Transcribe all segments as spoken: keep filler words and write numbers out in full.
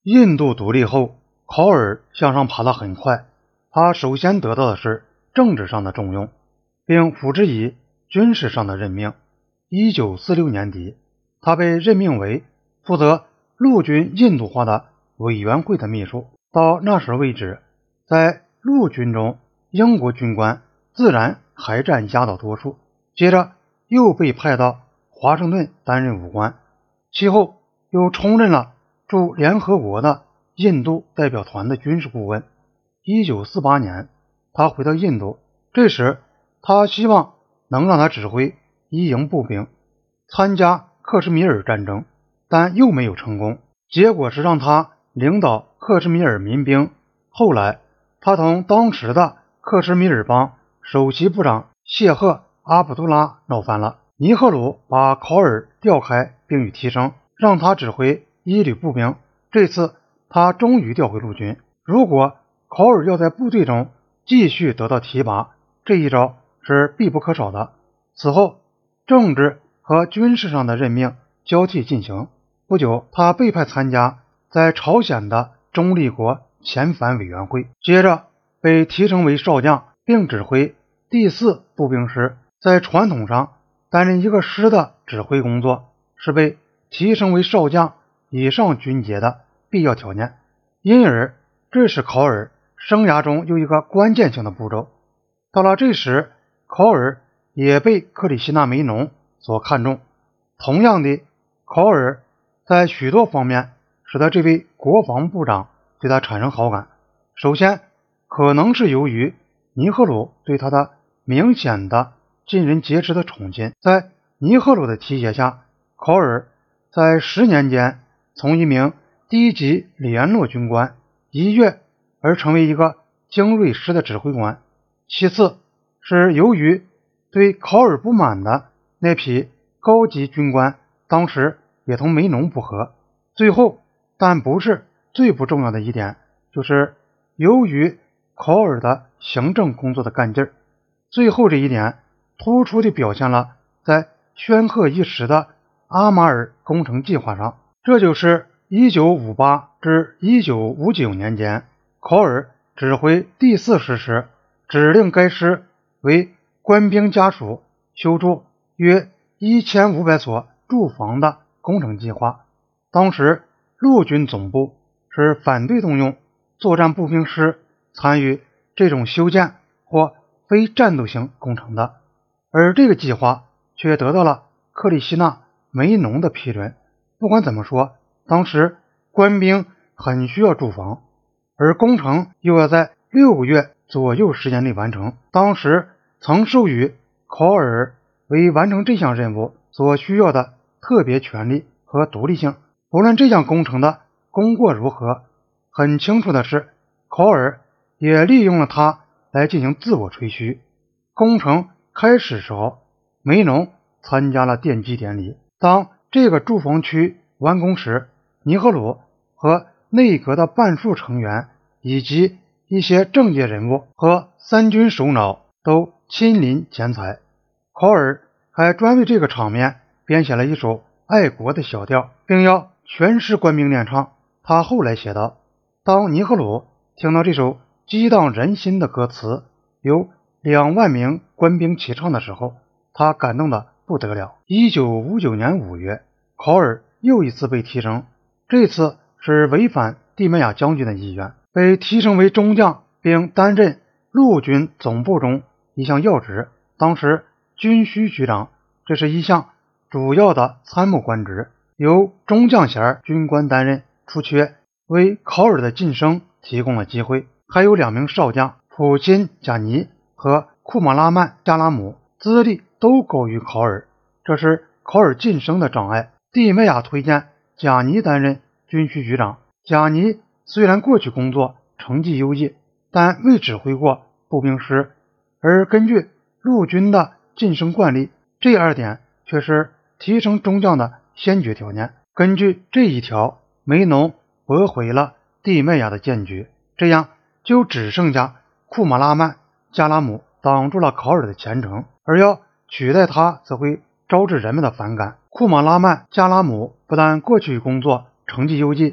印度独立后，考尔向上爬得很快。他首先得到的是政治上的重用，并辅之以军事上的任命。一九四六年底，他被任命为负责陆军印度化的委员会的秘书。到那时为止，在陆军中，英国军官自然还占压倒多数。接着又被派到华盛顿担任武官，其后又充任了驻联合国的印度代表团的军事顾问。一九四八年，他回到印度，这时他希望能让他指挥一营步兵参加克什米尔战争，但又没有成功，结果是让他领导克什米尔民兵。后来他同当时的克什米尔邦首席部长谢赫阿卜杜拉闹翻了，尼赫鲁把考尔调开并予提升，让他指挥一旅步兵。这次他终于调回陆军。如果考尔要在部队中继续得到提拔，这一招是必不可少的。此后政治和军事上的任命交替进行。不久，他被派参加在朝鲜的中立国遣返委员会，接着被提升为少将，并指挥第四步兵师。在传统上，担任一个师的指挥工作是被提升为少将以上军阶的必要条件，因而这是考尔生涯中有一个关键性的步骤。到了这时，考尔也被克里希那梅农所看重。同样的，考尔在许多方面使得这位国防部长对他产生好感。首先，可能是由于尼赫鲁对他的明显的尽人皆知的宠信。在尼赫鲁的提携下，考尔在十年间从一名低级联络军官一跃而成为一个精锐师的指挥官。其次是由于对考尔不满的那批高级军官当时也同梅农不和。最后但不是最不重要的一点，就是由于考尔的行政工作的干劲儿。最后这一点突出地表现了在煊赫一时的阿马尔工程计划上。这就是一九五八至一九五九年间，考尔指挥第四师时，指令该师为官兵家属修筑约一千五百所住房的工程计划。当时陆军总部是反对动用作战步兵师参与这种修建或非战斗性工程的，而这个计划却得到了克里希那梅农的批准。不管怎么说，当时官兵很需要住房，而工程又要在六个月左右时间内完成。当时曾授予考尔为完成这项任务所需要的特别权利和独立性。不论这项工程的功过如何，很清楚的是，考尔也利用了它来进行自我吹嘘。工程开始时候，梅农参加了奠基典礼。当这个住房区完工时，尼赫鲁和内阁的半数成员以及一些政界人物和三军首脑都亲临剪彩。考尔还专为这个场面编写了一首爱国的小调，并要全师官兵练唱。他后来写道，当尼赫鲁听到这首激荡人心的歌词由两万名官兵齐唱的时候，他感动得不得了。一九五九年五月，考尔又一次被提升，这次是违反蒂梅亚将军的意愿，被提升为中将，并担任陆军总部中一项要职，当时军需局长。这是一项主要的参谋官职，由中将衔军官担任，出缺，为考尔的晋升提供了机会。还有两名少将，普钦贾尼和库马拉曼加拉姆，资历都高于考尔，这是考尔晋升的障碍。蒂梅亚推荐贾尼担任军需局长。贾尼虽然过去工作成绩优异，但未指挥过步兵师，而根据陆军的晋升惯例，这二点却是提升中将的先决条件。根据这一条，梅农驳回了蒂梅亚的荐举，这样就只剩下库马拉曼加拉姆挡住了考尔的前程，而要取代他则会招致人们的反感。库马拉曼加拉姆不但过去工作成绩优异，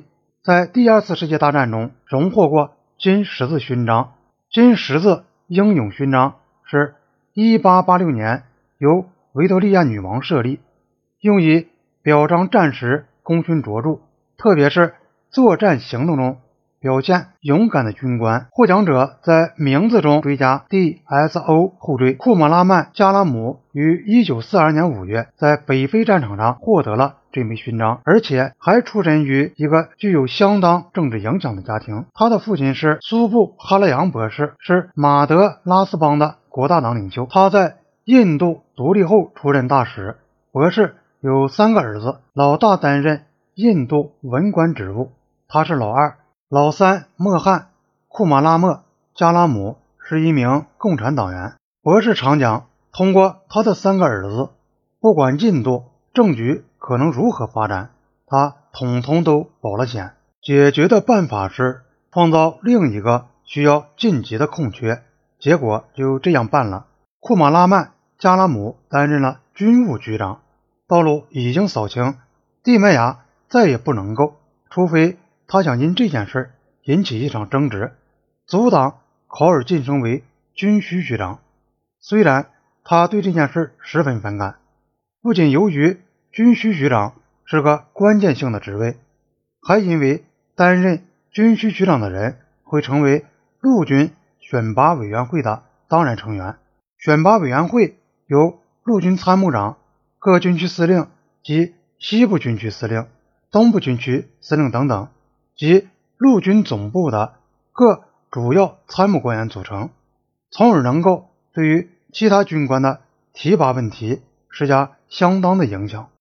在第二次世界大战中荣获过金十字勋章。金十字英勇勋章是一八八六年由维多利亚女王设立，用以表彰战时功勋卓著，特别是作战行动中表现勇敢的军官。获奖者在名字中追加 D S O 后缀。库马拉曼·加拉姆于一九四二年五月在北非战场上获得了这枚勋章，而且还出身于一个具有相当政治影响的家庭。他的父亲是苏布哈拉扬博士，是马德拉斯邦的国大党领袖。他在印度独立后出任大使。博士有三个儿子，老大担任印度文官职务，他是老二。老三莫汉·库马拉莫·加拉姆是一名共产党员。博士常讲，通过他的三个儿子，不管印度政局可能如何发展，他统统都保了险。解决的办法是创造另一个需要晋级的空缺，结果就这样办了。库马拉曼·加拉姆担任了军务局长。道路已经扫清，蒂麦亚再也不能够，除非他想因这件事引起一场争执，阻挡考尔晋升为军需局长。虽然他对这件事十分反感，不仅由于军需局长是个关键性的职位，还因为担任军需局长的人会成为陆军选拔委员会的当然成员。选拔委员会由陆军参谋长、各军区司令及西部军区司令、东部军区司令等等及陆军总部的各主要参谋官员组成，从而能够对于其他军官的提拔问题施加相当的影响。